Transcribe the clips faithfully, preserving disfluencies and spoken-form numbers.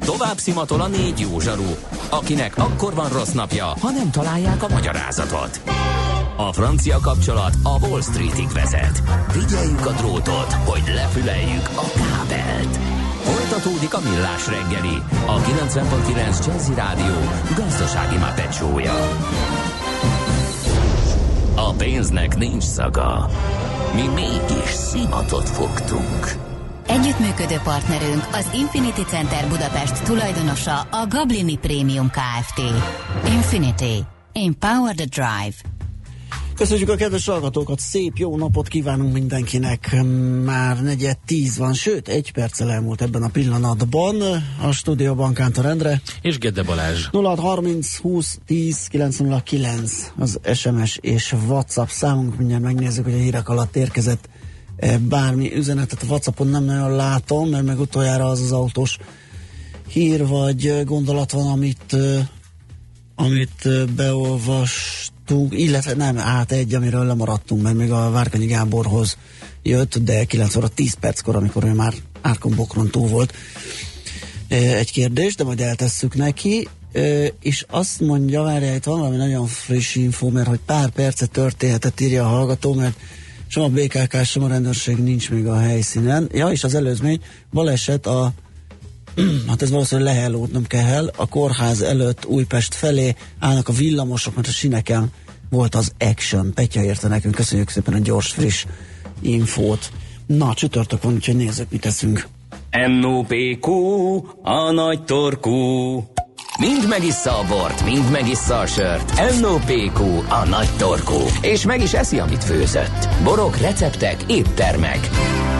Tovább szimatol a négy jó zsaru, akinek akkor van rossz napja, ha nem találják a magyarázatot. A francia kapcsolat a Wall Streetig vezet. Figyeljük a drótot, hogy lefüleljük a kábelt. Folytatódik a Millás reggeli, a kilencven pont kilenc Jazzy Rádió gazdasági Muppet show-ja. A pénznek nincs szaga. Mi mégis szimatot fogtunk. Együttműködő partnerünk az Infinity Center Budapest tulajdonosa a Gablini Premium Kft. Infinity. Empower the Drive. Köszönjük a kedves hallgatókat, szép jó napot kívánunk mindenkinek. Már negyed tíz van, sőt, egy perccel elmúlt ebben a pillanatban. A stúdióban Kántor Endre és Gede Balázs. nulla hat harminc húsz tíz kilenc nulla kilenc az es em es és WhatsApp számunk. Mindjárt megnézzük, hogy a hírek alatt érkezett bármi üzenetet. A WhatsAppon nem nagyon látom, mert meg utoljára az az autós hír vagy gondolat van, amit, amit beolvast, illetve nem, hát egy, amiről lemaradtunk, mert még a Várkanyi Gáborhoz jött, de kilenc óra tíz perckor, amikor ő már Árkon Bokron túl volt, egy kérdés, de majd eltesszük neki, és azt mondja, várjál, itt van valami nagyon friss info, mert hogy pár percet történhetett, írja a hallgató, mert sem a bé ká ká, sem a rendőrség nincs még a helyszínen. Ja, és az előzmény, baleset a hát ez valószínűleg Lehel nem kell, a kórház előtt Újpest felé állnak a villamosok, mert a sineken volt az action. Petya érte nekünk, köszönjük szépen a gyors, friss infót. Na, csütörtök van, úgyhogy nézzük, mit teszünk. em o pé kú, a nagy torkú. Mind megissza a bort, mind megissza a sört. em o pé kú, a nagy torkú. És meg is eszi, amit főzött. Borok, receptek, éttermek.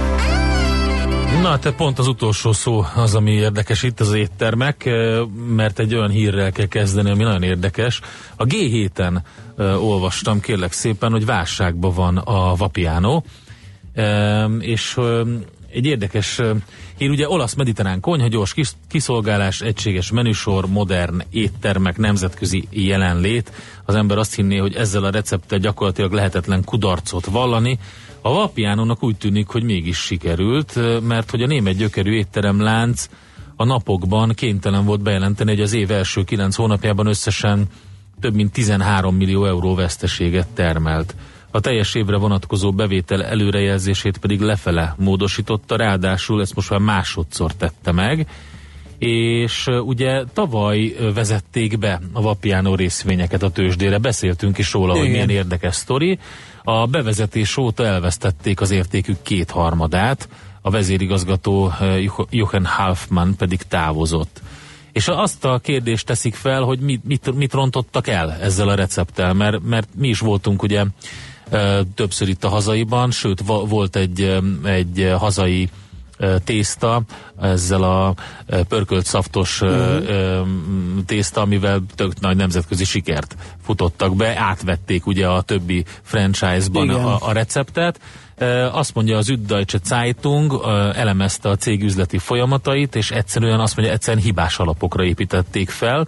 Na, te pont az utolsó szó az, ami érdekes itt, az éttermek, mert egy olyan hírrel kell kezdeni, ami nagyon érdekes. A gé héten uh, olvastam, kérlek szépen, hogy válságban van a Vapiano, uh, és uh, egy érdekes uh, hír, ugye olasz mediterrán konyha, gyors kis, kiszolgálás, egységes menüsor, modern éttermek, nemzetközi jelenlét. Az ember azt hinné, hogy ezzel a recepttel gyakorlatilag lehetetlen kudarcot vallani. A Vapianónak úgy tűnik, hogy mégis sikerült, mert hogy a német gyökerű étteremlánc a napokban kénytelen volt bejelenteni, hogy az év első kilenc hónapjában összesen több mint tizenhárom millió euró veszteséget termelt. A teljes évre vonatkozó bevétel előrejelzését pedig lefele módosította, ráadásul ezt most már másodszor tette meg, és ugye tavaly vezették be a Vapiano részvényeket a tőzsdére, beszéltünk is róla, igen, hogy milyen érdekes sztori. A bevezetés óta elvesztették az értékük kétharmadát, a vezérigazgató Jochen Halfmann pedig távozott. És azt a kérdést teszik fel, hogy mit, mit, mit rontottak el ezzel a recepttel, mert, mert mi is voltunk ugye többször itt a hazaiban, sőt volt egy, egy hazai tészta, ezzel a pörkölt szaftos uh-huh. tészta, amivel tök nagy nemzetközi sikert futottak be, átvették ugye a többi franchise-ban a, a receptet. Azt mondja az Süddeutsche Zeitung, elemezte a cég üzleti folyamatait, és egyszerűen azt mondja, egyszerűen hibás alapokra építették fel,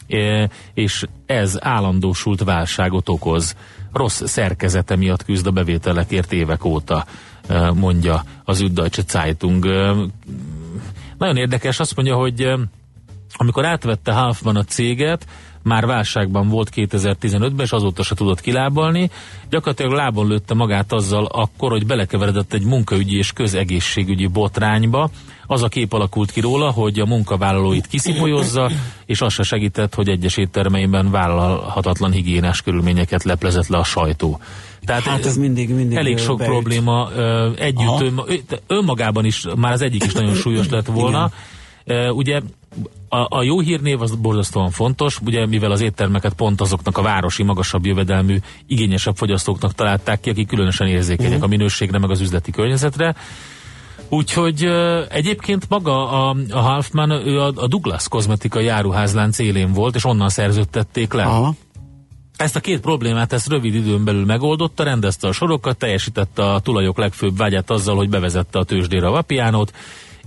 és ez állandósult válságot okoz. Rossz szerkezete miatt küzd a bevételekért évek óta, mondja az Süddeutsche Zeitung. Nagyon érdekes, azt mondja, hogy amikor átvette Halfmann a céget, már válságban volt kétezer-tizenötben, és azóta se tudott kilábalni. Gyakorlatilag lábon lőtte magát azzal akkor, hogy belekeveredett egy munkaügyi és közegészségügyi botrányba. Az a kép alakult ki róla, hogy a munkavállalóit kiszipolyozza, és az se segített, hogy egyes éttermeiben vállalhatatlan higiénás körülményeket leplezett le a sajtó. Tehát hát ez mindig, mindig elég sok beüt. probléma együtt, ön, önmagában is, már az egyik is nagyon súlyos lett volna. Igen. Ugye a, a jó hírnév az borzasztóan fontos, ugye mivel az éttermeket pont azoknak a városi, magasabb jövedelmű, igényesebb fogyasztóknak találták ki, akik különösen érzékenyek uh-huh. a minőségre, meg az üzleti környezetre. Úgyhogy uh, egyébként maga a, a Halfmann, ő a, a Douglas kozmetikai áruházlánc élén volt, és onnan szerződtették le. Aha. Ezt a két problémát ezt rövid időn belül megoldotta, rendezte a sorokat, teljesítette a tulajok legfőbb vágyát azzal, hogy bevezette a tőzsdére a Vapianót,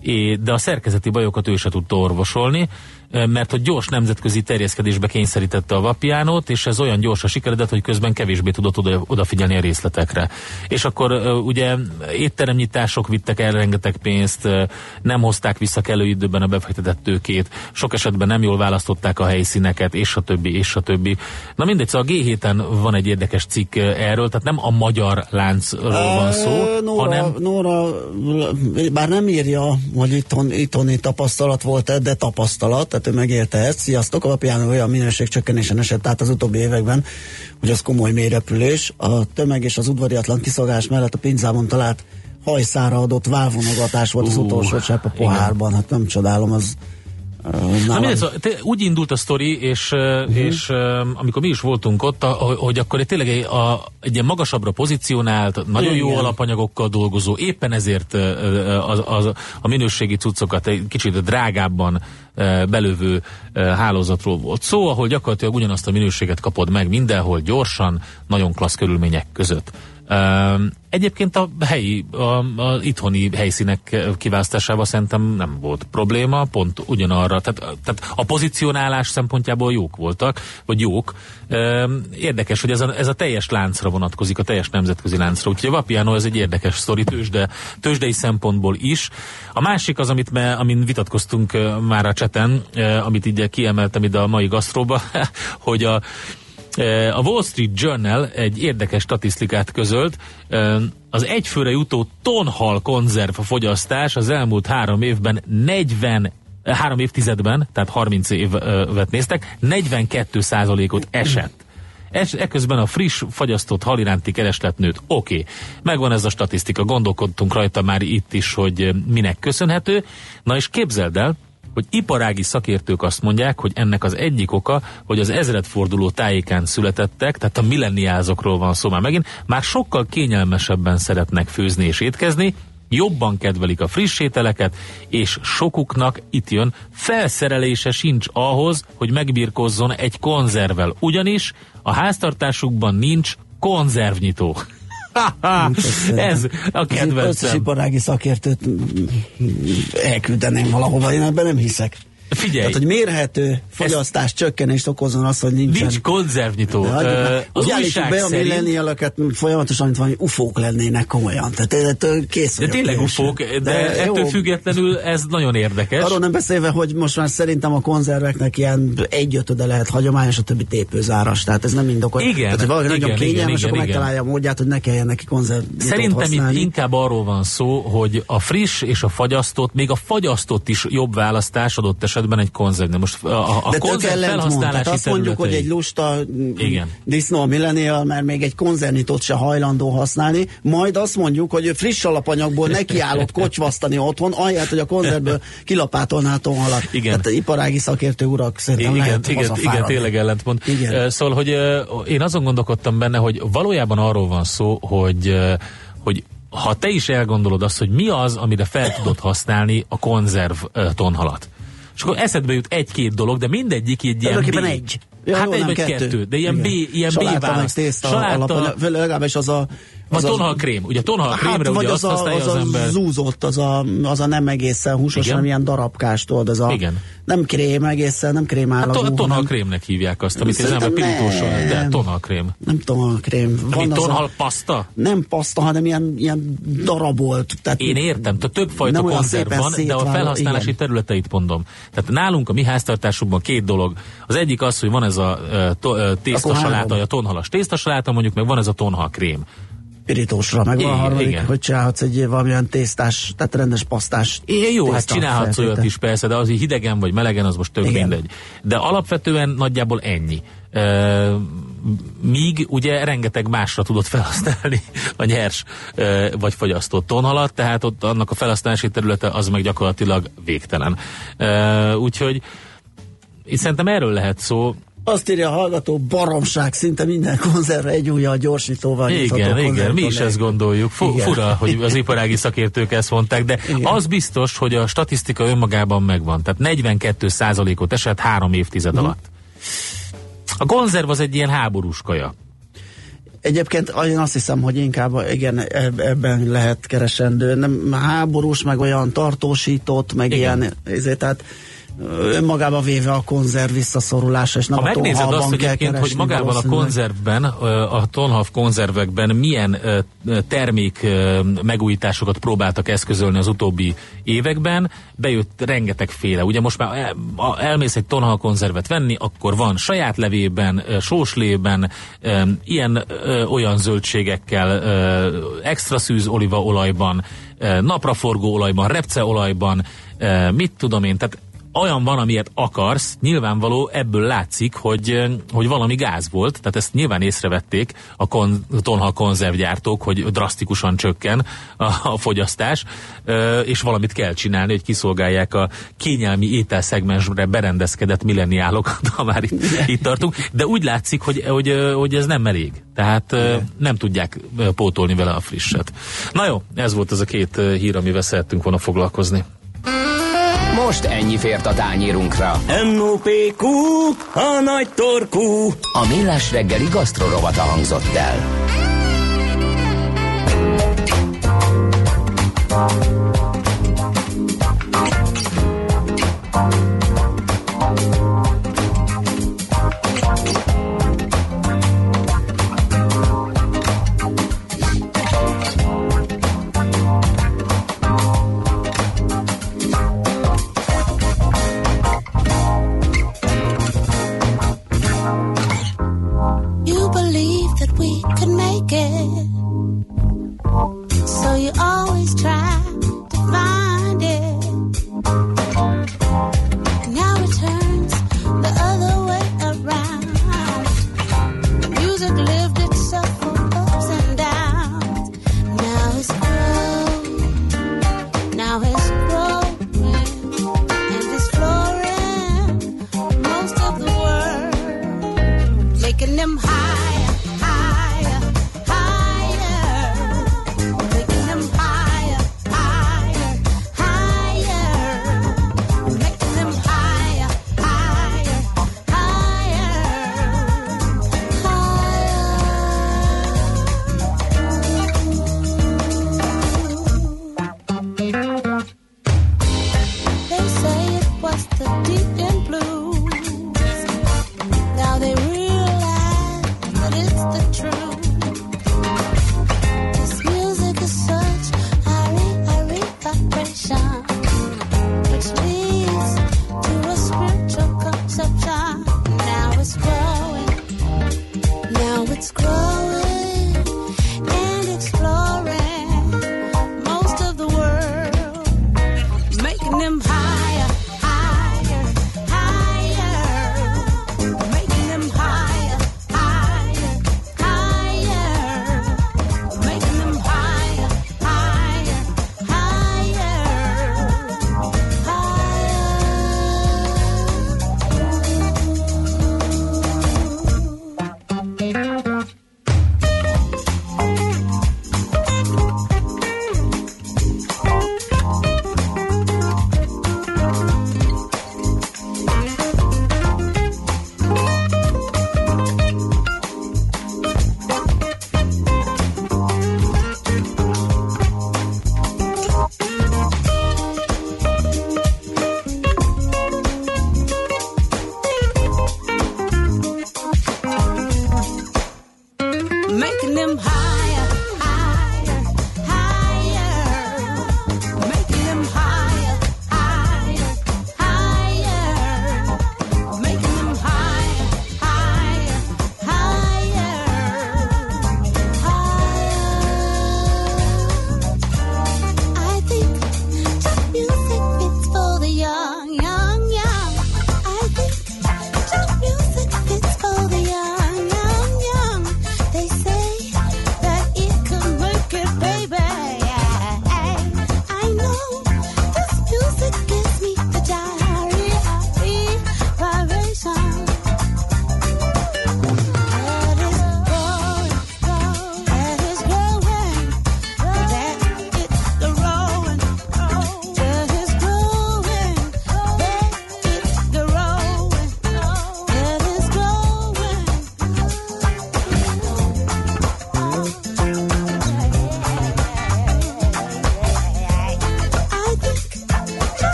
de a szerkezeti bajokat ő se tudta orvosolni, mert hogy gyors nemzetközi terjeszkedésbe kényszerítette a Vapianót, és ez olyan gyorsan sikeredett, hogy közben kevésbé tudott oda, odafigyelni a részletekre. És akkor ugye étteremnyitások vittek el rengeteg pénzt, nem hozták vissza kellő időben a befektetett tőkét, sok esetben nem jól választották a helyszíneket, és a többi, és a többi. Na mindegy, szóval a gé héten van egy érdekes cikk erről, tehát nem a magyar láncról van szó, Nóra, hanem... Nóra, bár nem írja, hogy itthon, itthoni tapasztalat volt, de tapasztalat, tehát ő megélte ezt. Sziasztok, a Vapiano olyan minőségcsökkenésen esett át az utóbbi években, hogy az komoly mélyrepülés. A tömeg és az udvariatlan kiszolgálás mellett a pinzában talált hajszára adott válvonogatás volt az uh, utolsó csepp a pohárban. Igen. Hát nem csodálom, az Na, mindegy, szóval, te, úgy indult a sztori, és, uh-huh. és uh, amikor mi is voltunk ott, a, hogy akkor egy tényleg egy, a, egy ilyen magasabbra pozícionált, nagyon igen. jó alapanyagokkal dolgozó, éppen ezért uh, az, az, a minőségi cuccokat egy kicsit drágábban uh, belövő uh, hálózatról volt szó, ahol gyakorlatilag ugyanazt a minőséget kapod meg mindenhol, gyorsan, nagyon klassz körülmények között. Uh, egyébként a helyi, a, a itthoni helyszínek kiválasztásával szerintem nem volt probléma, pont ugyanarra, tehát, tehát a pozicionálás szempontjából jók voltak, vagy jók. Uh, érdekes, hogy ez a, ez a teljes láncra vonatkozik, a teljes nemzetközi láncra, úgyhogy a Vapiano ez egy érdekes sztori tőzsde, tőzsdei szempontból is. A másik az, amit me, amin vitatkoztunk uh, már a cseten, uh, amit így kiemeltem ide a mai gasztróba, hogy a a Wall Street Journal egy érdekes statisztikát közölt. Az egyfőre jutó tonhal konzerv fogyasztás az elmúlt három évben negyven, három évtizedben, tehát harminc évet néztek, negyvenkét százalékot esett. Eközben a friss, fagyasztott hal iránti kereslet nőtt. Oké, okay. Megvan ez a statisztika, gondolkodtunk rajta már itt is, hogy minek köszönhető. Na és képzeld el, hogy iparági szakértők azt mondják, hogy ennek az egyik oka, hogy az ezredforduló tájékán születettek, tehát a milleniázokról van szó már megint, már sokkal kényelmesebben szeretnek főzni és étkezni, jobban kedvelik a friss ételeket, és sokuknak, itt jön, felszerelése sincs ahhoz, hogy megbirkózzon egy konzervvel. Ugyanis a háztartásukban nincs konzervnyitó. Ez a kedvencem. Összes iparági szakértőt elküldeném valahova, én ebben nem hiszek. Figyelj! Tehát, hogy mérhető fogyasztás csökkenést okozzon az, hogy nincsen... Nincs konzervnyitó. Uh, az úgy újság be a szerint... millennialöket folyamatosan, mint valami ufók lennének komolyan. Tehát kész De tényleg teljesen. ufók, de, de ettől jó. Függetlenül ez nagyon érdekes. Arról nem beszélve, hogy most már szerintem a konzerveknek ilyen egyötöde lehet hagyományos, a többi tépőzáras. Tehát ez nem indokolt. Igen. Tehát, hogy valaki igen, nagyon kényelmes, igen, akkor igen, megtalálja a módját, hogy ne kelljen neki konzervnyitót Szerintem használni. itt inkább arról van szó, hogy a friss és a fagyasztott, még a fagyasztott is jobb választás adott esetben egy konzerv. Most a, a konzerv felhasználási azt mondjuk, hogy egy lusta disznó millenial, mert még egy konzervnyitót se hajlandó használni, majd azt mondjuk, hogy friss alapanyagból nekiállott kocsvasztani otthon, ahelyett, hogy a konzervből kilapátolná a tonhalat. Igen. Tehát iparági szakértő urak szerintem igen, lehet igen, igen, tényleg ellentmond. Igen. Szóval, hogy én azon gondolkodtam benne, hogy valójában arról van szó, hogy, hogy ha te is elgondolod azt, hogy mi az, amire fel tudod használni a konzerv tonhalat. És akkor eszedbe jut egy-két dolog, de mindegyik egy ilyen B. egy. Ja, hát jó, egy vagy kettő. kettő, de ilyen igen. B, ilyen Saláta, B választ. Tészta, Saláta, alap, legalábbis az a... Az a tonhalkrém, ugye tonhalkrémre hát, ugye az azt használja az, az, az ember. Az zúzott, az a, az a nem egészen húsos, hanem ilyen darabkás, tudod, ez a... Igen. Nem krém egészen, nem krém állagú. Hát tonhalkrémnek hívják azt, amit az ember pirítósol, de tonhalkrém. Nem tonhalkrém. Van tonhalpaszta? Nem paszta, hanem ilyen, ilyen darabolt. Tehát én értem, tehát többfajta konzerv van, de a felhasználási igen. területeit mondom. Tehát nálunk a mi háztartásunkban két dolog. Az egyik az, hogy van ez a uh, tésztasaláta, a tonhalas tésztasaláta, mondjuk meg van ez a tonhalkrém. Pirítósra, meg van a harmadik, igen. hogy csinálhatsz egy valamilyen tésztás, tehát rendes pasztás. Igen, jó, hát csinálhatsz olyat is persze, de az, hogy hidegen vagy melegen, az most tök igen. mindegy. De alapvetően nagyjából ennyi. Uh, míg ugye rengeteg másra tudod felhasználni a nyers uh, vagy fagyasztott tonhalat, tehát ott annak a felhasználási területe az meg gyakorlatilag végtelen. Uh, úgyhogy itt szerintem erről lehet szó. Azt írja a hallgató, baromság, szinte minden konzervre egy ujjal gyorsítóval. Igen, igen, mi is ezt gondoljuk. Fu- fura, hogy az iparági szakértők ezt mondták, de igen. az biztos, hogy a statisztika önmagában megvan. Tehát negyvenkét százalékot esett három évtized hmm. alatt. A konzerv az egy ilyen háborús kaja. Egyébként én azt hiszem, hogy inkább igen, ebben lehet keresendő. Nem háborús, meg olyan tartósított, meg igen. Ilyen, ezért, tehát önmagában véve a konzerv visszaszorulása, és nem ha a megnézed azt egyébként, hogy magában a konzervben, a tonhalf konzervekben milyen termék megújításokat próbáltak eszközölni az utóbbi években, bejött rengetegféle. Ugye most már el, elmész egy tonhal konzervet venni, akkor van saját levében, sóslében, ilyen olyan zöldségekkel, extra szűz olívaolajban, napraforgó olajban, repceolajban, mit tudom én, tehát olyan van, amilyet akarsz, nyilvánvaló ebből látszik, hogy, hogy valami gáz volt, tehát ezt nyilván észrevették a kon, tonhal konzervgyártók, hogy drasztikusan csökken a, a fogyasztás, és valamit kell csinálni, hogy kiszolgálják a kényelmi ételszegmensre berendezkedett milleniálokat, ha már itt, itt tartunk, de úgy látszik, hogy, hogy, hogy ez nem elég, tehát nem tudják pótolni vele a frisset. Na jó, ez volt az a két hír, amivel szerettünk volna foglalkozni. Most ennyi fért a tányérunkra. em o pé kú, a nagy torkú. A Millás reggeli gasztrorovata hangzott el. So you always try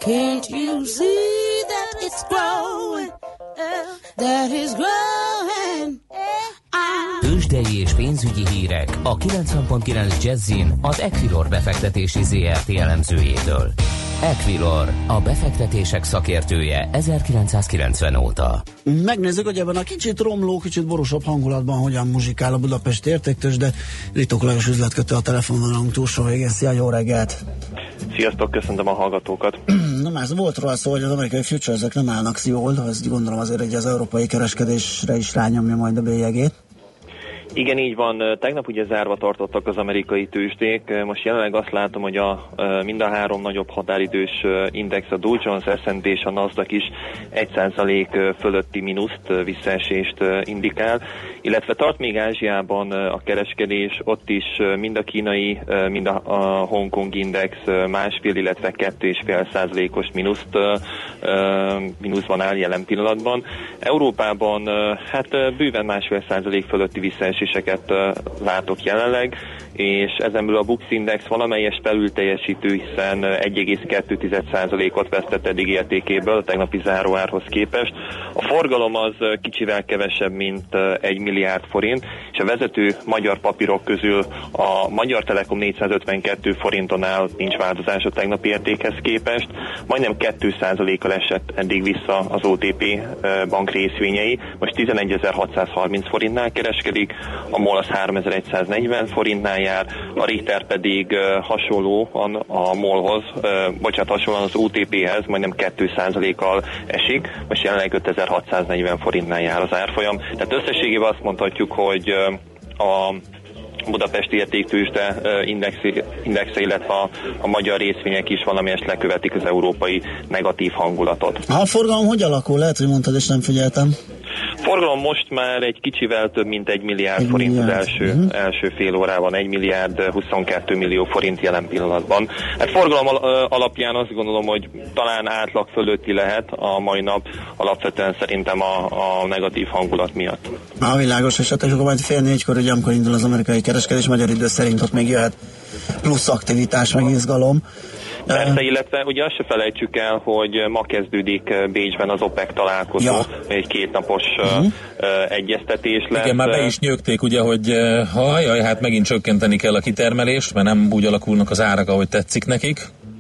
Can't you see that it's growing, that it's growing? Tőzsdei és pénzügyi hírek a kilencven pont kilenc Jazzin az Equilor befektetési zé er té elemzőjétől. Equilor, a befektetések szakértője ezerkilencszázkilencven óta. Megnézzük, hogy ebben a kicsit romló, kicsit borúsabb hangulatban hogyan muzsikál a Budapesti Értéktőzsde, de Ritok Lajos üzletkötő a telefonvonalunk túlsó végén. Szia, jó reggelt! Sziasztok, köszöntöm a hallgatókat! Na már volt róla szó, hogy az amerikai futuresek nem állnak jól, ezt gondolom azért, hogy az európai kereskedésre is rányomja majd a bélyegét. Igen, így van. Tegnap ugye zárva tartottak az amerikai tőzsdék. Most jelenleg azt látom, hogy a, mind a három nagyobb határidős index, a Dow Jones, es and pé és a Nasdaq is egy százalék fölötti mínuszt, visszaesést indikál, illetve tart még Ázsiában a kereskedés, ott is mind a kínai, mind a, a Hongkong index másfél, illetve kettő és fél százalékos mínuszt, mínuszban áll jelen pillanatban. Európában hát bőven másfél százalék fölötti visszaesés látok jelenleg, és ezen belül a Bux Index valamelyes felül teljesítő, hiszen egy egész kettő százalékot vesztett eddig értékéből a tegnapi záróárhoz képest. A forgalom az kicsivel kevesebb, mint egy milliárd forint, és a vezető magyar papírok közül a Magyar Telekom négyszázötvenkettő forinton áll, nincs változás a tegnapi értékhez képest, majdnem két százalékkal esett eddig vissza az o té pé bank részvényei, most tizenegyezer-hatszázharminc forintnál kereskedik, a MOL az háromezer-száznegyven forintnál jár, a Richter pedig uh, hasonlóan a MOL-hoz, uh, bocsánat, hasonlóan az o té péhez majdnem két százalékkal esik, most jelenleg ötezer-hatszáznegyven forintnál jár az árfolyam. Tehát összességében azt mondhatjuk, hogy uh, a Budapesti Értéktőzsde indexe, indexe, illetve a, a magyar részvények is valamelyest lekövetik az európai negatív hangulatot. A forgalom hogy alakul? Lehet, hogy mondtad, és nem figyeltem. Forgalom most már egy kicsivel több, mint egy milliárd egy forint milliárd. az első, uh-huh. első fél órában, egy milliárd huszonkettő millió forint jelen pillanatban. Hát forgalom alapján azt gondolom, hogy talán átlag fölötti lehet a mai nap, alapvetően szerintem a, a negatív hangulat miatt. A világos, és hát akkor majd fél négykor, ugye amikor indul az amerikai kereskedés, magyar idő szerint ott még jöhet plusz aktivitás, meg izgalom. Persze, illetve ugye azt se felejtsük el, hogy ma kezdődik Bécsben az OPEC találkozó, ja. egy kétnapos uh-huh. uh, egyeztetés lesz. Igen, már be is nyögték, ugye, hogy hajjaj, hát megint csökkenteni kell a kitermelést, mert nem úgy alakulnak az árak, ahogy tetszik nekik.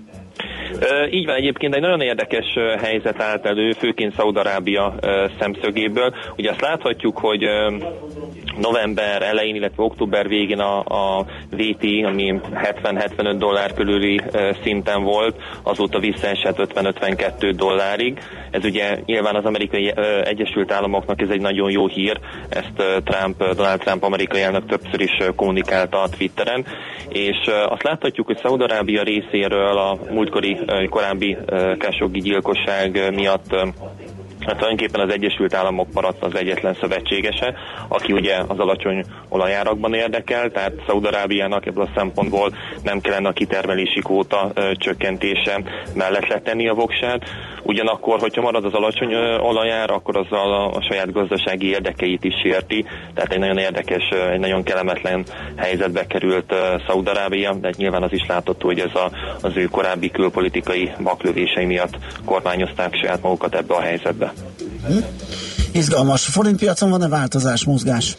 Uh, így van, egyébként egy nagyon érdekes uh, helyzet állt elő, főként Szaúd-Arábia uh, szemszögéből. Ugye azt láthatjuk, hogy uh, november elején, illetve október végén a, a vé té, ami hetven-hetvenöt dollár körüli uh, szinten volt, azóta visszaesett ötven-ötvenkettő dollárig. Ez ugye nyilván az amerikai uh, Egyesült Államoknak ez egy nagyon jó hír, ezt uh, Trump, uh, Donald Trump amerikai elnök többször is uh, kommunikálta a Twitteren, és uh, azt láthatjuk, hogy Szaúd-Arábia részéről a múltkori uh, korábbi uh, Khashoggi gyilkosság uh, miatt uh, hát tulajdonképpen az Egyesült Államok maradt az egyetlen szövetségese, aki ugye az alacsony olajárakban érdekel, tehát Szaúd-Arábiának ebből a szempontból nem kellene a kitermelési kvóta ö, csökkentése mellett letenni a voksát. Ugyanakkor, hogyha marad az alacsony ö, olajár, akkor azzal a, a saját gazdasági érdekeit is sérti, tehát egy nagyon érdekes, ö, egy nagyon kellemetlen helyzetbe került ö, Szaúd-Arábia, de nyilván az is látható, hogy ez a, az ő korábbi külpolitikai baklövései miatt kormányozták saját magukat ebbe a helyzetbe. Hm? Izgalmas. Forintpiacon van-e változás, mozgás?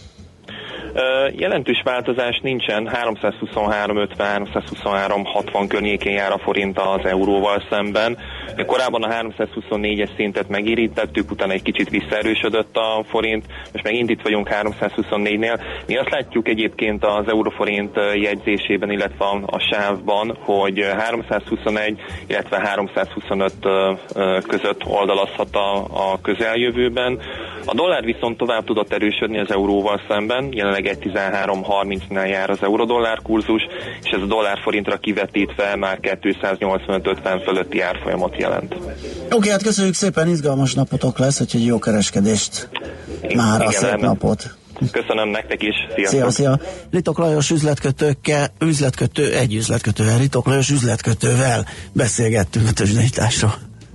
Uh, jelentős változás nincsen, háromszázhuszonhárom ötven, háromszázhuszonhárom hatvan környékén jár a forint az euróval szemben. Korábban a háromszázhuszonnégyes szintet megérítettük, utána egy kicsit visszaerősödött a forint, most megint itt vagyunk háromszázhuszonnégynél. Mi azt látjuk egyébként az euróforint jegyzésében, illetve a, a sávban, hogy háromszázhuszonegy, illetve háromszázhuszonöt között oldalazhat a, a közeljövőben. A dollár viszont tovább tudott erősödni az euróval szemben, jelenleg egy tizenhárom harmincnál jár az euró-dollár kurzus, és ez a dollár-forintra kivetítve már kétszáznyolcvanöt ötven fölötti árfolyamot jelent. Oké, okay, hát köszönjük szépen, izgalmas napotok lesz, úgyhogy jó kereskedést már a szép napot. Köszönöm nektek is, sziasztok! Szia, szia! Ritok Lajos üzletkötőkkel, üzletkötő, egy üzletkötővel, Ritok Lajos üzletkötővel beszélgettünk a tőzsdenyításról.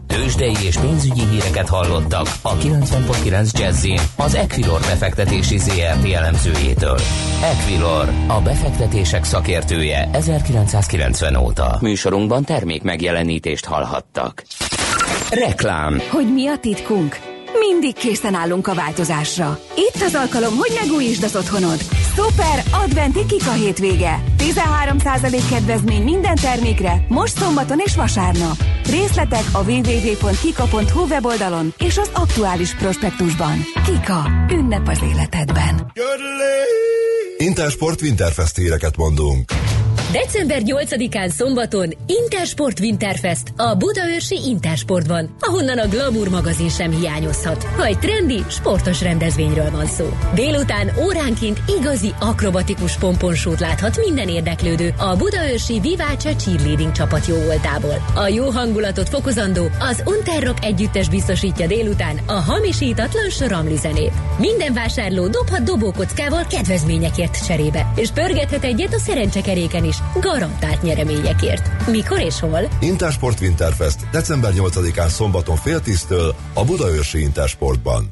Tőzsdei és pénzügyi híreket hallottak a kilencven pont kilenc Jazzin az Equilor befektetési zé er té elemzőjétől. Equilor, a befektetések szakértője ezerkilencszázkilencven óta. Műsorunkban termék megjelenítést hallhattak. Reklám. Hogy mi a titkunk? Mindig készen állunk a változásra. Itt az alkalom, hogy megújítsd az otthonod. Szuper adventi Kika hétvége. tizenhárom százalék kedvezmény minden termékre, most szombaton és vasárnap. Részletek a double-u double-u double-u pont kika pont hu weboldalon és az aktuális prospektusban. Kika, ünnep az életedben. Intersport Winterfest híreket mondunk. december nyolcadikán szombaton Intersport Winterfest a budaörsi Intersportban, ahonnan a Glamour magazin sem hiányozhat, ha egy trendi, sportos rendezvényről van szó. Délután óránként igazi akrobatikus pomponsót láthat minden érdeklődő a budaörsi Viváce cheerleading csapat jó voltából. A jó hangulatot fokozandó az Unterrock együttes biztosítja délután a hamisítatlan soramli zenét. Minden vásárló dobhat dobókockával kedvezményekért cserébe, és pörgethet egyet a szerencsekeréken is, garantált nyereményekért. Mikor és hol? Intersport Winterfest december nyolcadikán szombaton fél tíztől a budaörsi Intersportban.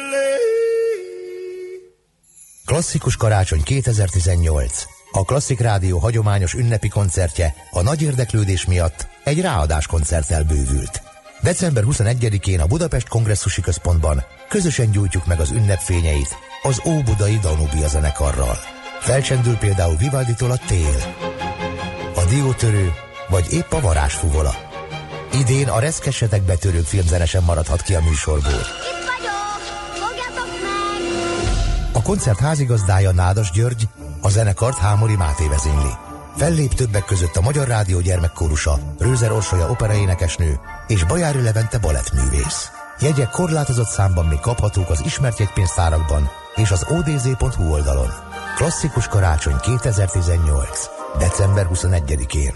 Klasszikus karácsony kétezer-tizennyolc. A Klasszik Rádió hagyományos ünnepi koncertje a nagy érdeklődés miatt egy ráadás koncerttel bővült. december huszonegyedikén a Budapest Kongresszusi Központban közösen gyújtjuk meg az ünnepfényeit az Óbudai Danubia zenekarral. Felcsendül például Vivalditól a Tél, a Diótörő, vagy épp a Varázsfuvola. Idén a Reszkesetek betörők filmzene sem maradhat ki a műsorból. Itt vagyok! Fogjátok meg! A koncert házigazdája Nádas György, a zenekart Hámori Máté vezényli. Fellép többek között a Magyar Rádió gyermekkórusa, Rőzer Orsolya operaénekesnő és Bajári Levente balettművész. Jegyek korlátozott számban még kaphatók az ismert jegypénztárakban és az o d z pont hu oldalon. Klasszikus karácsony kétezer-tizennyolc. december huszonegyedikén.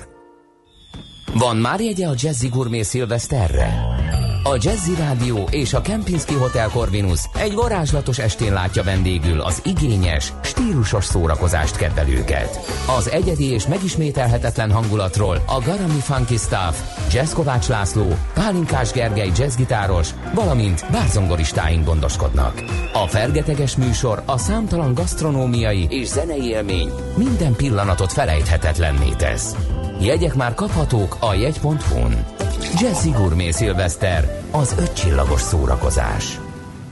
Van már jegye a Jazzy Gourmet szilveszterre? A Jazzy Rádió és a Kempinski Hotel Corvinus egy varázslatos estén látja vendégül az igényes, stílusos szórakozást kedvelőket. Az egyedi és megismételhetetlen hangulatról a Garami Funky Staff, Jazz Kovács László, Pálinkás Gergely jazzgitáros, valamint bárzongoristáink gondoskodnak. A fergeteges műsor a számtalan gasztronómiai és zenei élmény minden pillanatot felejthetetlenné tesz. Jegyek már kaphatók a jegy pont hu-n. Jazzy Gourmet szilveszter, az ötcsillagos szórakozás.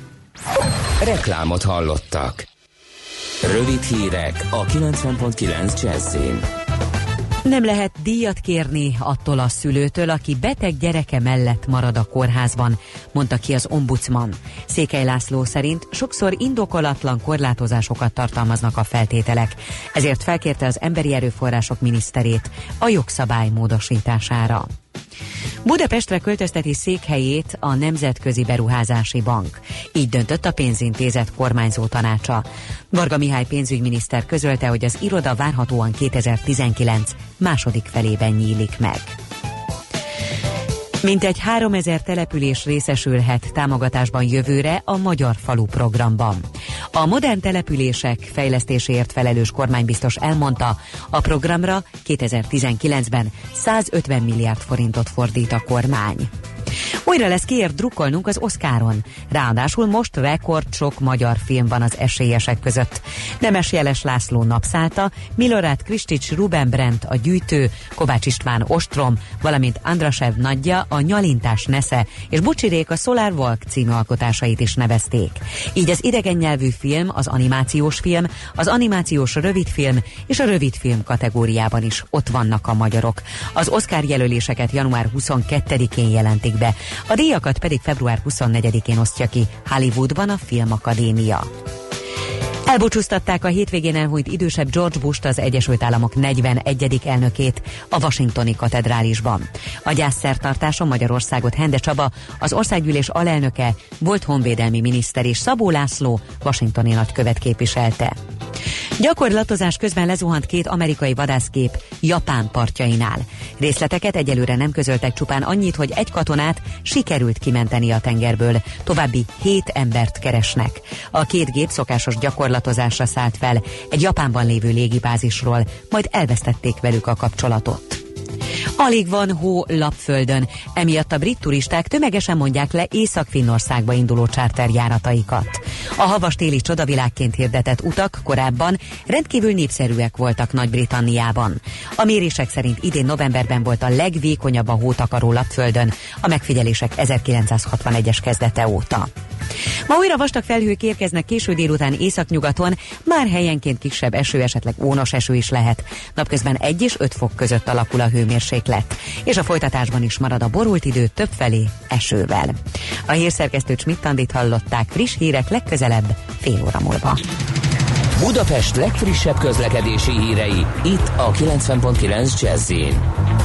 Reklámot hallottak. Rövid hírek a kilencven pont kilenc Jazzin. Nem lehet díjat kérni attól a szülőtől, aki beteg gyereke mellett marad a kórházban, mondta ki az ombudsman. Székely László szerint sokszor indokolatlan korlátozásokat tartalmaznak a feltételek, ezért felkérte az Emberi Erőforrások miniszterét a jogszabály módosítására. Budapestre költözteti székhelyét a Nemzetközi Beruházási Bank. Így döntött a pénzintézet kormányzó tanácsa. Varga Mihály pénzügyminiszter közölte, hogy az iroda várhatóan kétezer-tizenkilenc második felében nyílik meg. Mintegy háromezer település részesülhet támogatásban jövőre a Magyar Falu programban. A modern települések fejlesztéséért felelős kormánybiztos elmondta, a programra kétezer-tizenkilencben százötven milliárd forintot fordít a kormány. Újra lesz kiért drukkolnunk az Oscaron. Ráadásul most rekord sok magyar film van az esélyesek között. Nemes Jeles László Napszálta, Milorad Kristics Ruben Brandt a Gyűjtő, Kovács István Ostrom, valamint Andrasev Nagyja a Nyalintás Nesze és Bucsirék a Solar Walk című alkotásait is nevezték. Így az idegen nyelvű film, az animációs film, az animációs rövidfilm és a rövidfilm kategóriában is ott vannak a magyarok. Az Oscar jelöléseket január huszonkettedikén jelentik be, a díjakat pedig február huszonnegyedikén osztja ki Hollywoodban a Filmakadémia. Elbúcsúztatták a hétvégén elhunyt idősebb George Bush-t, az Egyesült Államok negyvenegyedik elnökét a washingtoni katedrálisban. A gyászszertartáson Magyarországot Hende Csaba, az országgyűlés alelnöke, volt honvédelmi miniszter és Szabó László washingtoni nagykövet képviselte. Gyakorlatozás közben lezuhant két amerikai vadászgép Japán partjainál. Részleteket egyelőre nem közöltek, csupán annyit, hogy egy katonát sikerült kimenteni a tengerből, további hét embert keresnek. A két gép szokásos gyakorlatozásra szállt fel egy Japánban lévő légibázisról, majd elvesztették velük a kapcsolatot. Alig van hó Lapföldön, emiatt a brit turisták tömegesen mondják le Észak-Finnországba induló charterjárataikat. A havas téli csodavilágként hirdetett utak korábban rendkívül népszerűek voltak Nagy-Britanniában. A mérések szerint idén novemberben volt a legvékonyabb a hótakaró Lapföldön, a megfigyelések ezerkilencszázhatvanegyes kezdete óta. Ma újra vastag felhők érkeznek késő délután északnyugaton, már helyenként kisebb eső, esetleg ónos eső is lehet. Napközben egy és öt fok között alakul a hőmérséklet, és a folytatásban is marad a borult idő többfelé esővel. A hírszerkesztő Schmidt-Andit hallották, friss hírek legközelebb fél óra múlva. Budapest legfrissebb közlekedési hírei, itt a kilencven pont kilenc Jazz-in.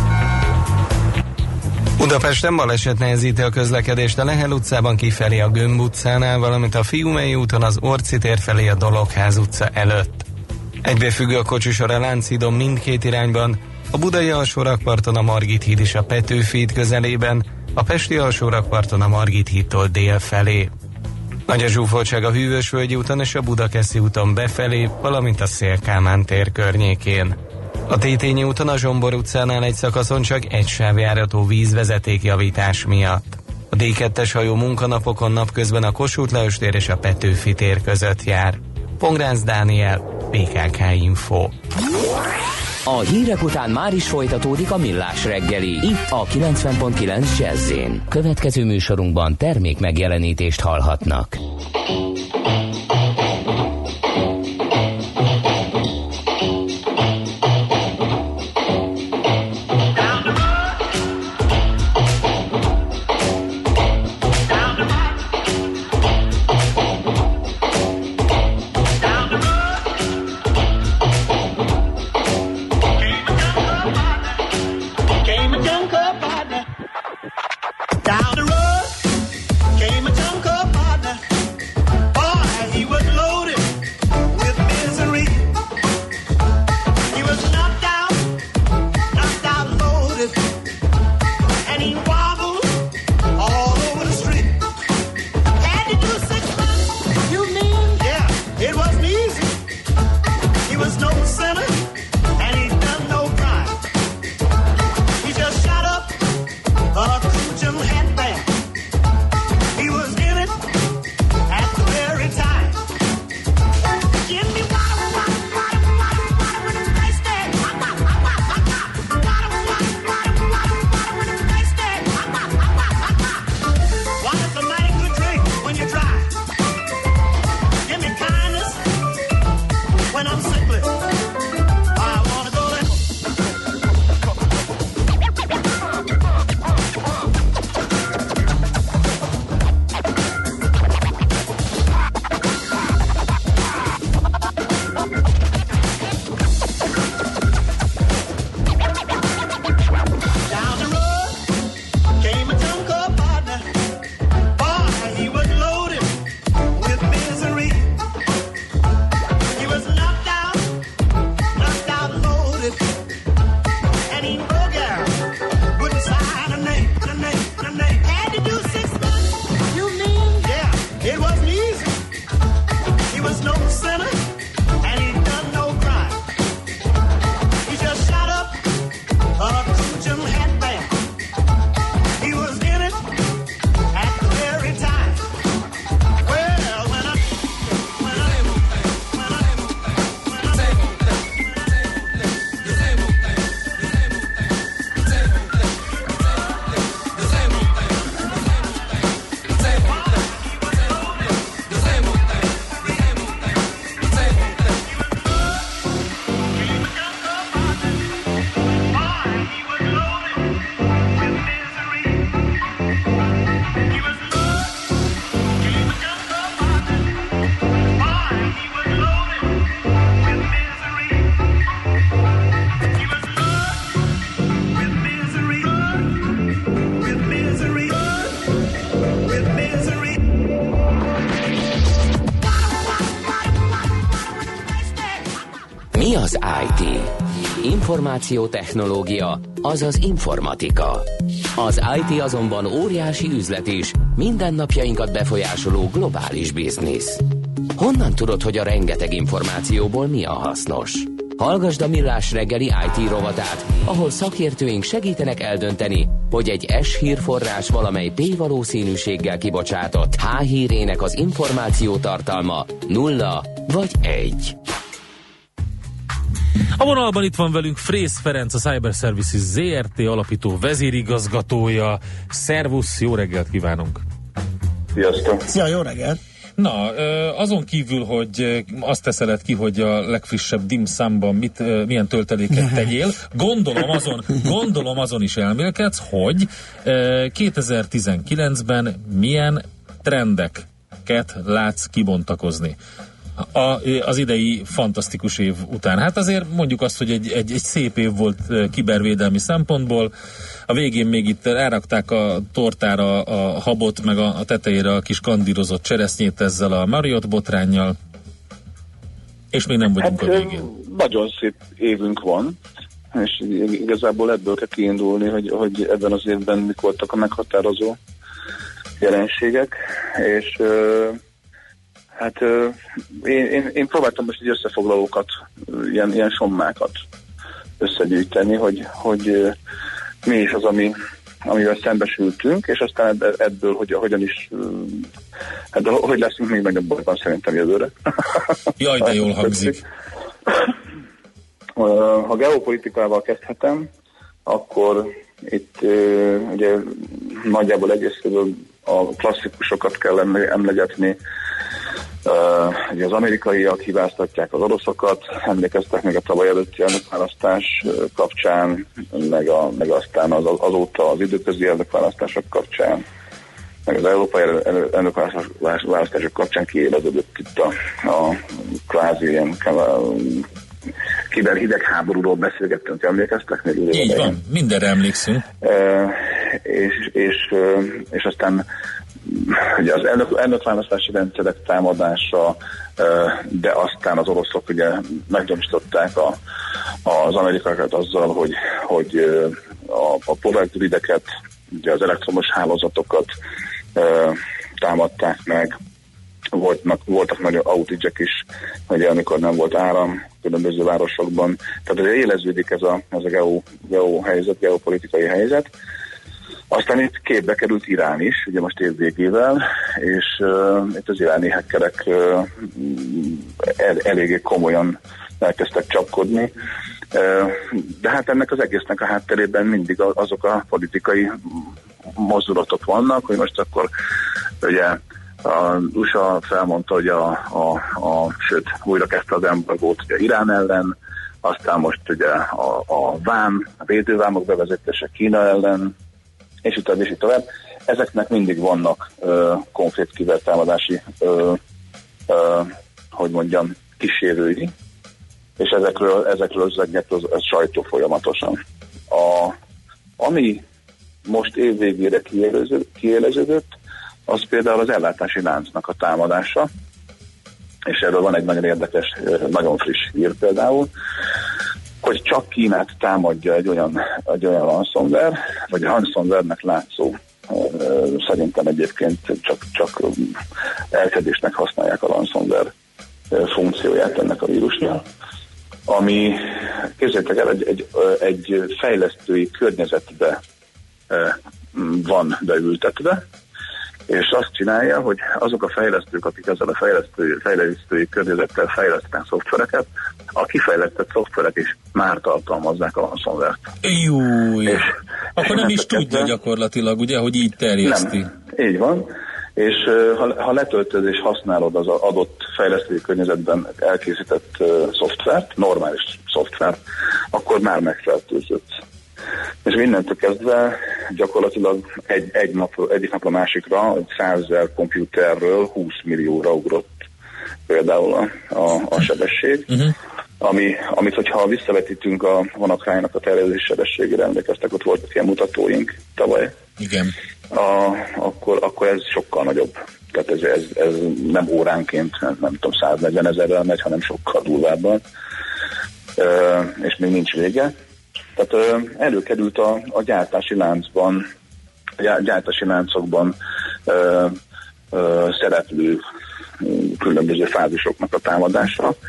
Budapesten baleset nehezíti a közlekedést a Lehel utcában kifelé a Gömb utcánál, valamint a Fiumei úton az Orci tér felé a Dologház utca előtt. Egybefüggő a kocsisor a Lánchídon mindkét irányban, a budai alsórakparton a Margit híd és a Petőfi híd közelében, a pesti alsórakparton a Margit hídtól dél felé. Nagy a zsúfoltság a Hűvösvölgyi úton és a Budakeszi úton befelé, valamint a Széll-Kálmán tér környékén. A Tétényi úton a Zsombor utcánál egy szakaszon csak egy sávjárató vízvezetékjavítás miatt. A dé kettes hajó munkanapokon napközben a Kossuth Lajos tér és a Petőfi tér között jár. Pongrácz Dániel, bé ká ká Info. A hírek után már is folytatódik a Millás reggeli, itt a kilencven pont kilenc Jazz-in. Következő műsorunkban termék megjelenítést hallhatnak. Mi az i té? Információtechnológia, azaz informatika. Az i té azonban óriási üzlet is, mindennapjainkat befolyásoló globális biznisz. Honnan tudod, hogy a rengeteg információból mi a hasznos? Hallgasd a Millás reggeli í té rovatát, ahol szakértőink segítenek eldönteni, hogy egy S hírforrás valamely P valószínűséggel kibocsátott H hírének az információ tartalma nulla vagy egy. A vonalban itt van velünk Frész Ferenc, a Cyber Services zé er té alapító vezérigazgatója. Szervusz, jó reggelt kívánunk! Sziasztok! Szia, jó reggelt! Na, azon kívül, hogy azt teszeled ki, hogy a legfrissebb dim számban mit, milyen tölteléket tegyél, gondolom azon, gondolom azon is elmélkedsz, hogy kétezer-tizenkilencben milyen trendeket látsz kibontakozni a, az idei fantasztikus év után. Hát azért mondjuk azt, hogy egy, egy, egy szép év volt kibervédelmi szempontból. A végén még itt elrakták a tortára a habot, meg a, a tetejére a kis kandírozott cseresznyét ezzel a Marriott botránnyal, és még nem vagyunk hát, a végén. Nagyon szép évünk van, és igazából ebből kell kiindulni, hogy, hogy ebben az évben mik voltak a meghatározó jelenségek, és hát én, én, én próbáltam most egy összefoglalókat, ilyen, ilyen sommákat összegyűjteni, hogy, hogy mi is az, ami, amivel szembesültünk, és aztán ebből hogy, hogyan is, hát hogy leszünk még nagyobb bajban szerintem jövőre. Jaj, de jól hangzik. Ha geopolitikával kezdhetem, akkor itt ugye nagyjából egészről a klasszikusokat kell emlegetni. Uh, ugye az amerikaiak hibáztatják az oroszokat, emlékeztek meg a tavaly előtti elnökválasztás kapcsán, meg, a, meg aztán az, azóta az időközi elnökválasztások kapcsán, meg az európai elnökválasztások kapcsán kiéleződött itt a, a kvázi ilyen kiberhidegháborúról beszélgettünk, emlékeztek? Még így van, van, mindenre emlékszünk. Uh, és, és, uh, és aztán ugye az elnök, elnökválasztási rendszerek támadása, de aztán az oroszok ugye meggyanúsították a, az amerikaiakat azzal, hogy, hogy a, a powergrideket, ugye az elektromos hálózatokat támadták meg, voltak, voltak nagy outage-ek is, ugye amikor nem volt áram különböző városokban, tehát ugye éleződik ez a, ez a geo, geo helyzet, geopolitikai helyzet. Aztán itt képbe került Irán is, ugye most év végével, és uh, itt az iráni hackerek uh, el, eléggé komolyan elkezdtek csapkodni. Uh, de hát ennek az egésznek a hátterében mindig azok a politikai mozdulatok vannak, hogy most akkor ugye az u es á felmondta, hogy a, a, a sőt, újra kezdte az embargót ugye Irán ellen, aztán most ugye a, a vám, a védővámok bevezetése Kína ellen, és így tovább, és így tovább. Ezeknek mindig vannak ö, konkrét kibertámadási, ö, ö, hogy mondjam, kísérői, és ezekről, ezekről zengett az, az sajtó folyamatosan. A, ami most évvégére kiéleződött, az például az ellátási láncnak a támadása, és erről van egy nagyon érdekes, nagyon friss hír például, hogy csak Kínát támadja egy olyan, egy olyan ransomware, vagy ransomware-nek látszó, szerintem egyébként csak, csak elkedésnek használják a ransomware funkcióját ennek a vírusnál, ami, képzeljétek el, egy, egy, egy fejlesztői környezetbe van beültetve, és azt csinálja, hogy azok a fejlesztők, akik ezzel a fejlesztői, fejlesztői környezettel fejlesztenek szoftvereket, a kifejlesztett szoftverek is már tartalmazzák a ransomware-t. Júj! És, akkor és nem is tudja kezdve, gyakorlatilag, ugye, hogy így terjeszti. Nem, így van. És ha, ha letöltöd és használod az adott fejlesztői környezetben elkészített uh, szoftvert, normális szoftvert, akkor már megfertőződsz. És mindentől kezdve gyakorlatilag egy, egy nap, egyik napra másikra egy százezer komputerről húsz millióra ugrott például a, a, a sebesség, uh-huh. ami, amit hogyha visszavetítünk a WannaCry-nak a terjedés sebességére, emlékeztek, ott voltak ilyen mutatóink tavaly. Igen. A, akkor, akkor ez sokkal nagyobb. Tehát ez, ez, ez nem óránként, nem, nem tudom, száznegyven ezerrel megy, hanem sokkal durvábban. E, és még nincs vége. Tehát előkerült a, a gyártási láncban, a gyártási láncokban ö, ö, szereplő különböző fázisoknak a támadása,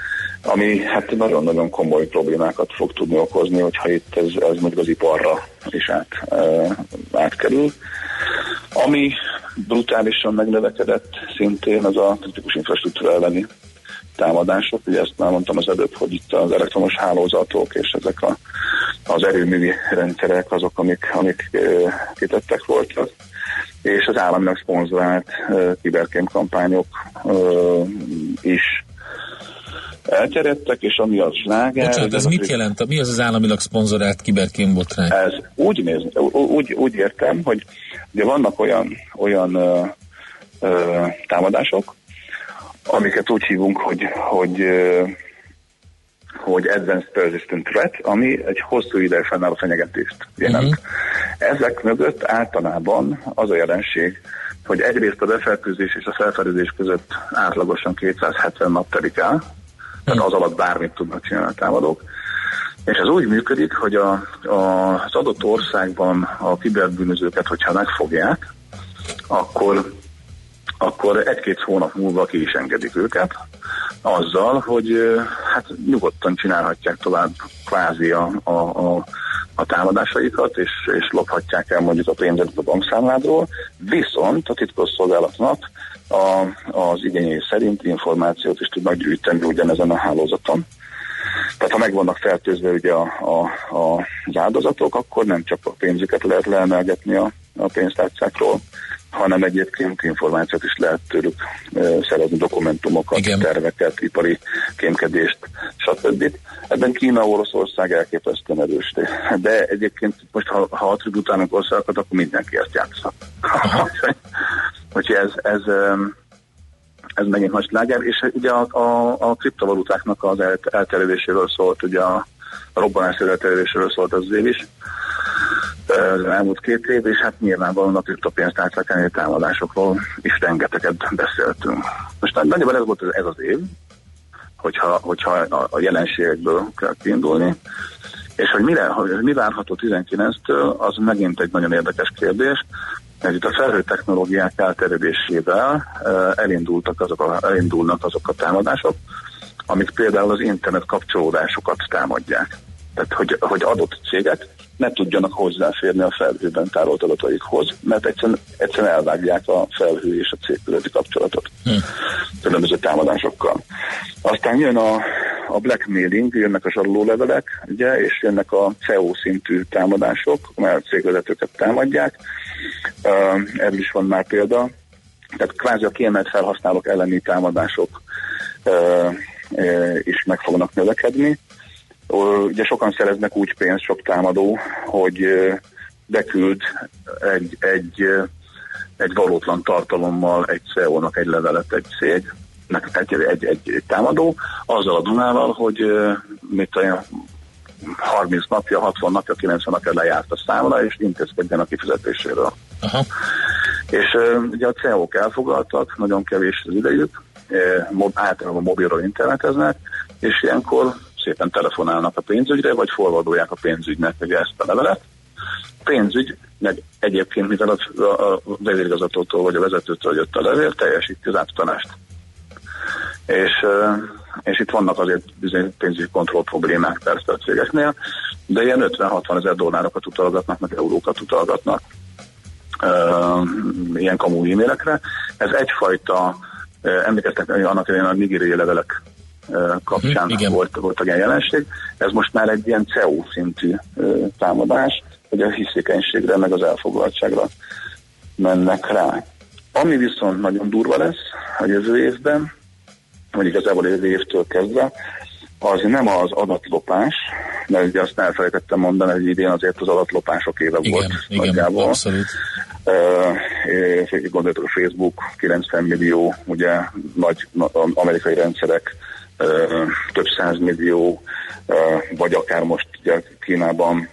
ami hát nagyon-nagyon komoly problémákat fog tudni okozni, hogyha itt ez, ez mondjuk az iparra is át, uh, átkerül. Ami brutálisan megnövekedett szintén az a kritikus infrastruktúra elleni támadások. Ugye ezt már mondtam az előbb, hogy itt az elektromos hálózatok és ezek a, az erőművi rendszerek azok, amik, amik uh, kitettek voltak. És az államilag szponzorált uh, kiberkémkampányok uh, is elterjedtek, és ami a sláger... Bocsánat, ez mit jelent? Mi az az államilag szponzorált kiberkémbotrány? Ez úgy, néz, úgy, úgy értem, hogy ugye vannak olyan, olyan ö, ö, támadások, amiket úgy hívunk, hogy, hogy, ö, hogy Advanced Persistent Threat, ami egy hosszú ideig fennálló fenyegetést jelent. Uh-huh. Ezek mögött általában az a jelenség, hogy egyrészt a befertőzés és a felfedezés között átlagosan kétszázhetven nap telik el, tehát az alatt bármit tudnak csinálni a támadók. És ez úgy működik, hogy a, a, az adott országban a kiberbűnözőket, hogyha megfogják, akkor, akkor egy-két hónap múlva ki is engedik őket, azzal, hogy hát nyugodtan csinálhatják tovább kvázi a, a, a, a támadásaikat, és, és lophatják el mondjuk a pénzet a bankszámládról, viszont a titkosszolgálatnak A, az igényei szerint információt is tudnak gyűjteni ugyanezen a hálózaton. Tehát ha meg vannak fertőzve ugye a, a, a, az áldozatok, akkor nem csak a pénzüket lehet leemelgetni a, a pénztárcákról, hanem egyébként információt is lehet tőlük e, szerezni, dokumentumokat, igen, terveket, ipari kémkedést, stb. Ebben Kína, Oroszország elképesztően erős. De egyébként most, ha, ha attributálnak országokat, akkor mindenki ezt játsza. Úgyhogy ez, ez, ez megint nagy sláger, és ugye a, a, a kriptovalutáknak az elterjedéséről szólt, ugye a, a robbanásszerű elterjedéséről szólt az év is, az elmúlt két év, és hát nyilvánvalóan a kriptopénztárcákányi támadásokról is rengeteget beszéltünk. Most nagyjából ez volt ez az év, hogyha, hogyha a, a jelenségekből kell kiindulni, és hogy mire, hogy mi várható tizenkilenctől, az megint egy nagyon érdekes kérdés. Ez itt a felhő technológiák elterjedésével elindultak azok a, elindulnak azok a támadások, amik például az internet kapcsolódásokat támadják. Tehát, hogy, hogy adott cégek ne tudjanak hozzáférni a felhőben tárolt adataikhoz, mert egyszerűen, egyszerűen elvágják a felhő és a cég közötti kapcsolatot hmm. különböző támadásokkal. Aztán jön a, a blackmailing, jönnek a zsarolólevelek, ugye, és jönnek a C E O szintű támadások, mert cégvezetőket támadják. Uh, erről is van már példa. Tehát kvázi a kiemelt felhasználók elleni támadások uh, uh, is meg fognak növekedni. Uh, ugye sokan szereznek úgy pénzt, sok támadó, hogy uh, beküld egy, egy, uh, egy valótlan tartalommal egy C E O-nak egy levelet egy cég, egy, egy, egy, egy támadó, azzal a Dunával, hogy uh, mit olyan harminc napja, hatvan napja, kilencven napja lejárt a számla, és intézkedjen a kifizetéséről. Aha. És uh, ugye a C E O-k elfogaltak, nagyon kevés az idejük, uh, általában mobilról interneteznek, és ilyenkor szépen telefonálnak a pénzügyre, vagy forwardolják a pénzügynek ugye ezt a levelet. A pénzügy, meg egyébként, mivel a, a vezérigazgatótól vagy a vezetőtől jött a levél, teljesíti az átuttalást. És, és itt vannak azért bizony pénzügyi kontroll problémák persze a cégeknél, de ilyen ötven-hatvan ezer dollárokat utalgatnak, meg eurókat utalgatnak uh, ilyen kamu e-mailekre. Ez egyfajta, uh, emlékeztek annak idején a nigériai levelek uh, kapcsán hmm, volt, volt a jelenség. Ez most már egy ilyen C E O szintű uh, támadás, hogy a hiszékenységre, meg az elfoglaltságra mennek rá. Ami viszont nagyon durva lesz a jövő évben, vagy igazából jövő évtől kezdve, az nem az adatlopás, mert ugye azt elfelejtettem mondani, hogy idén azért az adatlopások éve igen, volt igen, nagyjából. Abszolút. Uh, gondoljatok a Facebook, kilencven millió, ugye nagy amerikai rendszerek, uh, több százmillió, uh, vagy akár most ugye Kínában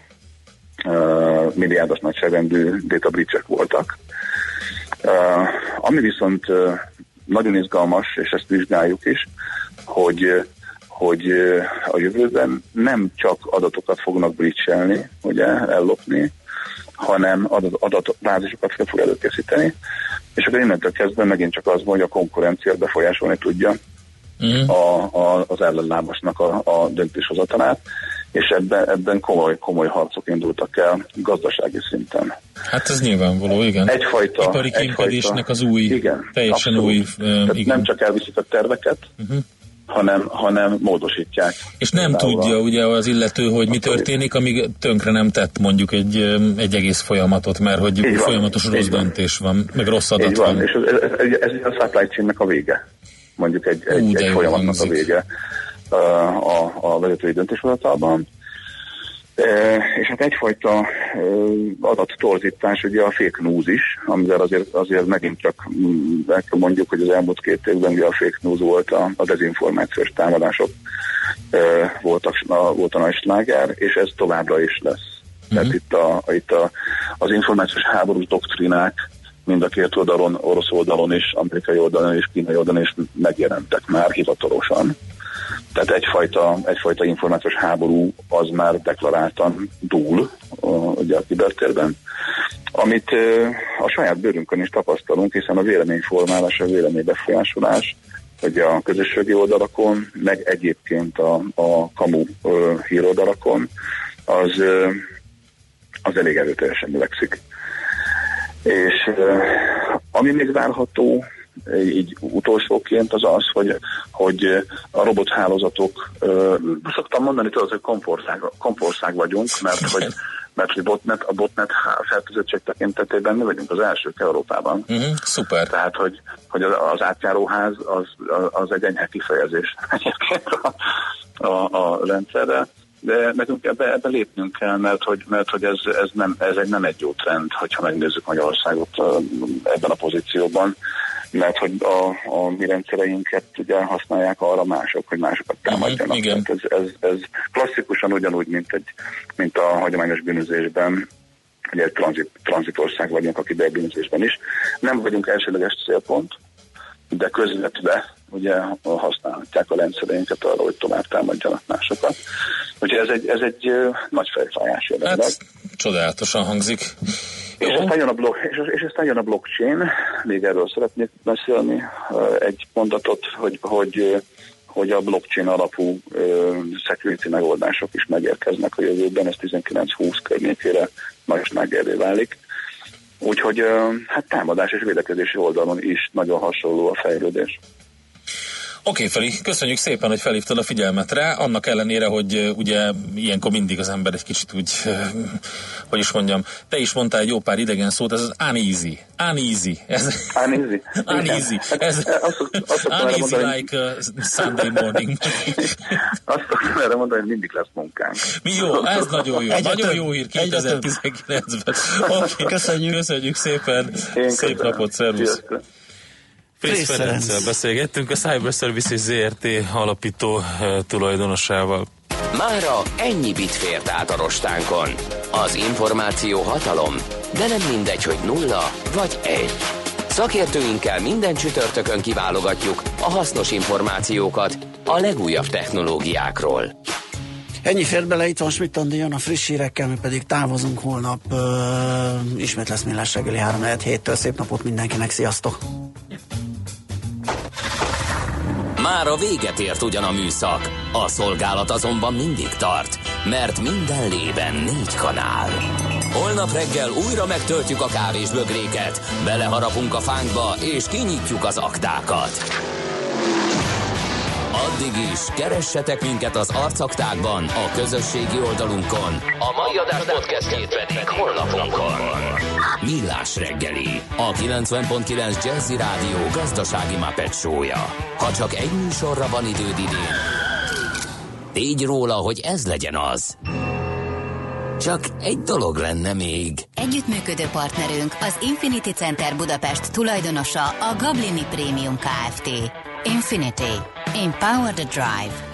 uh, milliárdos nagyságrendű data breach-ek voltak. Uh, ami viszont uh, nagyon izgalmas, és ezt vizsgáljuk is, hogy, hogy a jövőben nem csak adatokat fognak breach-elni, ugye, ellopni, hanem adat, adatbázisokat fog előkészíteni, és akkor innentől kezdve megint csak az van, hogy a konkurenciát befolyásolni tudja, mm. a, a, az ellenlábasnak a, a döntéshozatalát, és ebben, ebben komoly, komoly harcok indultak el gazdasági szinten. Hát ez nyilvánvaló, igen. Egyfajta... Ipari kémkedésnek az új, igen, teljesen abszolút. új... Um, igen. Nem csak elviszik a terveket, uh-huh. hanem, hanem módosítják. És nem tudja a... ugye az illető, hogy mi történik, amíg tönkre nem tett mondjuk egy, egy egész folyamatot, mert hogy így folyamatos van, rossz döntés van. van, meg rossz adat van. van. És ez, ez, ez a supply chain-nek a vége. Mondjuk egy, egy, Ú, egy folyamatnak hangzik. a vége a, a vezetői döntéshozatalban. E, és hát egyfajta adattorzítás, ugye a fake news is, amivel azért, azért megint csak meg mondjuk, hogy az elmúlt két évben ugye a fake news volt, a, a dezinformációs támadások e, voltak, a, volt a nagy sláger, és ez továbbra is lesz. Mm-hmm. Tehát itt, a, itt a, az információs háborús doktrinák mind a két oldalon, orosz oldalon is, amerikai oldalon és kínai oldalon is megjelentek már hivatalosan. Tehát egyfajta, egyfajta információs háború az már deklaráltan dúl ugye a kibertérben, amit a saját bőrünkön is tapasztalunk, hiszen a véleményformálás, a véleménybefolyásolás, ugye a közösségi oldalakon, meg egyébként a, a kamu híroldalakon, az, az elég erőteljesen növekszik. És ami még várható, így utolsóként az az, hogy, hogy a robothálózatok, uh, szoktam mondani tudod, hogy komfortszág, komfortszág vagyunk, mert hogy, mert hogy botnet, a botnet fertőzöttség tekintetében mi vagyunk az elsők Európában. Uh-huh, szuper. Tehát, hogy, hogy az átjáróház az, az egy enyhe kifejezés egyébként a, a, a rendszerre. De nekünk ebbe, ebbe lépnünk kell, mert hogy, mert, hogy ez, ez, nem, ez egy, nem egy jó trend, hogyha megnézzük Magyarországot ebben a pozícióban, mert hogy a, a mi rendszereinket ugye használják arra mások, hogy másokat támadjanak. Mm-hmm, ez, ez, ez klasszikusan ugyanúgy, mint, egy, mint a hagyományos bűnözésben, ugye egy tranzit, tranzitország vagyunk a kiberbűnözésben is. Nem vagyunk elsőleges célpont, de közvetve ugye használhatják a rendszereinket arra, hogy tovább támadjanak másokat. Úgyhogy ez egy, ez egy uh, nagy fejfájás jelenleg. Hát, csodálatosan hangzik. És aztán, jön a blok, és, és aztán jön a blockchain, még erről szeretnék beszélni uh, egy mondatot, hogy, hogy, hogy a blockchain alapú uh, security megoldások is megérkeznek a jövőben, ez tizenkilenc húsz környékére nagy slágerré válik. Úgyhogy hát támadás és védekezési oldalon is nagyon hasonló a fejlődés. Oké, Feri, köszönjük szépen, hogy felhívtad a figyelmet rá, annak ellenére, hogy uh, ugye ilyenkor mindig az ember egy kicsit úgy, uh, hogy is mondjam, te is mondtál egy jó pár idegen szót, ez az uneasy. Uneasy. Ez, uneasy. uneasy. Ez, uneasy like uh, Sunday morning. Azt szoktam erre mondani, hogy mindig lesz munkánk. Mi jó, ez nagyon jó. Egyetem, nagyon jó hír kétezer-tizenkilencben. Okay, köszönjük. Köszönjük szépen. Én Szép köszönöm. Napot, szervusz. Friss Ferenccel beszélgettünk, a Cyber Services zé er té alapító uh, tulajdonosával. Mára ennyi bit fért át a rostánkon. Az információ hatalom, de nem mindegy, hogy nulla vagy egy. Szakértőinkkel minden csütörtökön kiválogatjuk a hasznos információkat a legújabb technológiákról. Ennyi fért bele, itt van Schmidt Andi, jön a friss hírekkel, mi pedig távozunk holnap. Uh, ismét lesz Millás reggeli három héttől. Szép napot mindenkinek, sziasztok! Már a véget ért ugyan a műszak, a szolgálat azonban mindig tart, mert minden lében négy kanál. Holnap reggel újra megtöltjük a kávésbögréket, beleharapunk a fánkba és kinyitjuk az aktákat. Addig is keressetek minket az arcaktákban, a közösségi oldalunkon, a mai adás podcastjét pedig honlapunkon. Millás reggeli, a kilencven pont kilenc Jazzy Rádió gazdasági Muppet show-ja. Ha csak egy műsorra van időd idén, tégy róla, hogy ez legyen az. Csak egy dolog lenne még. Együttműködő partnerünk az Infinity Center Budapest tulajdonosa a Gablini Premium Kft. Infinity. Empower the Drive.